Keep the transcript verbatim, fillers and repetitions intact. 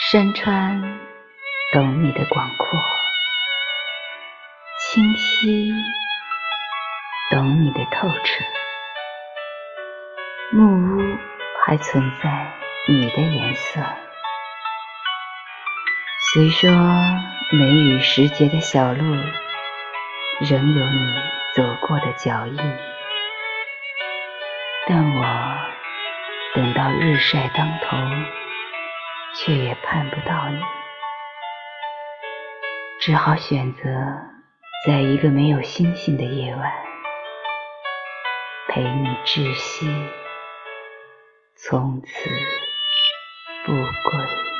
山川懂你的广阔，清溪懂你的透彻，木屋还存在你的颜色。虽说梅雨时节的小路仍有你走过的脚印，但我等到日晒当头，却也盼不到你，只好选择在一个没有星星的夜晚，陪你窒息，从此不归。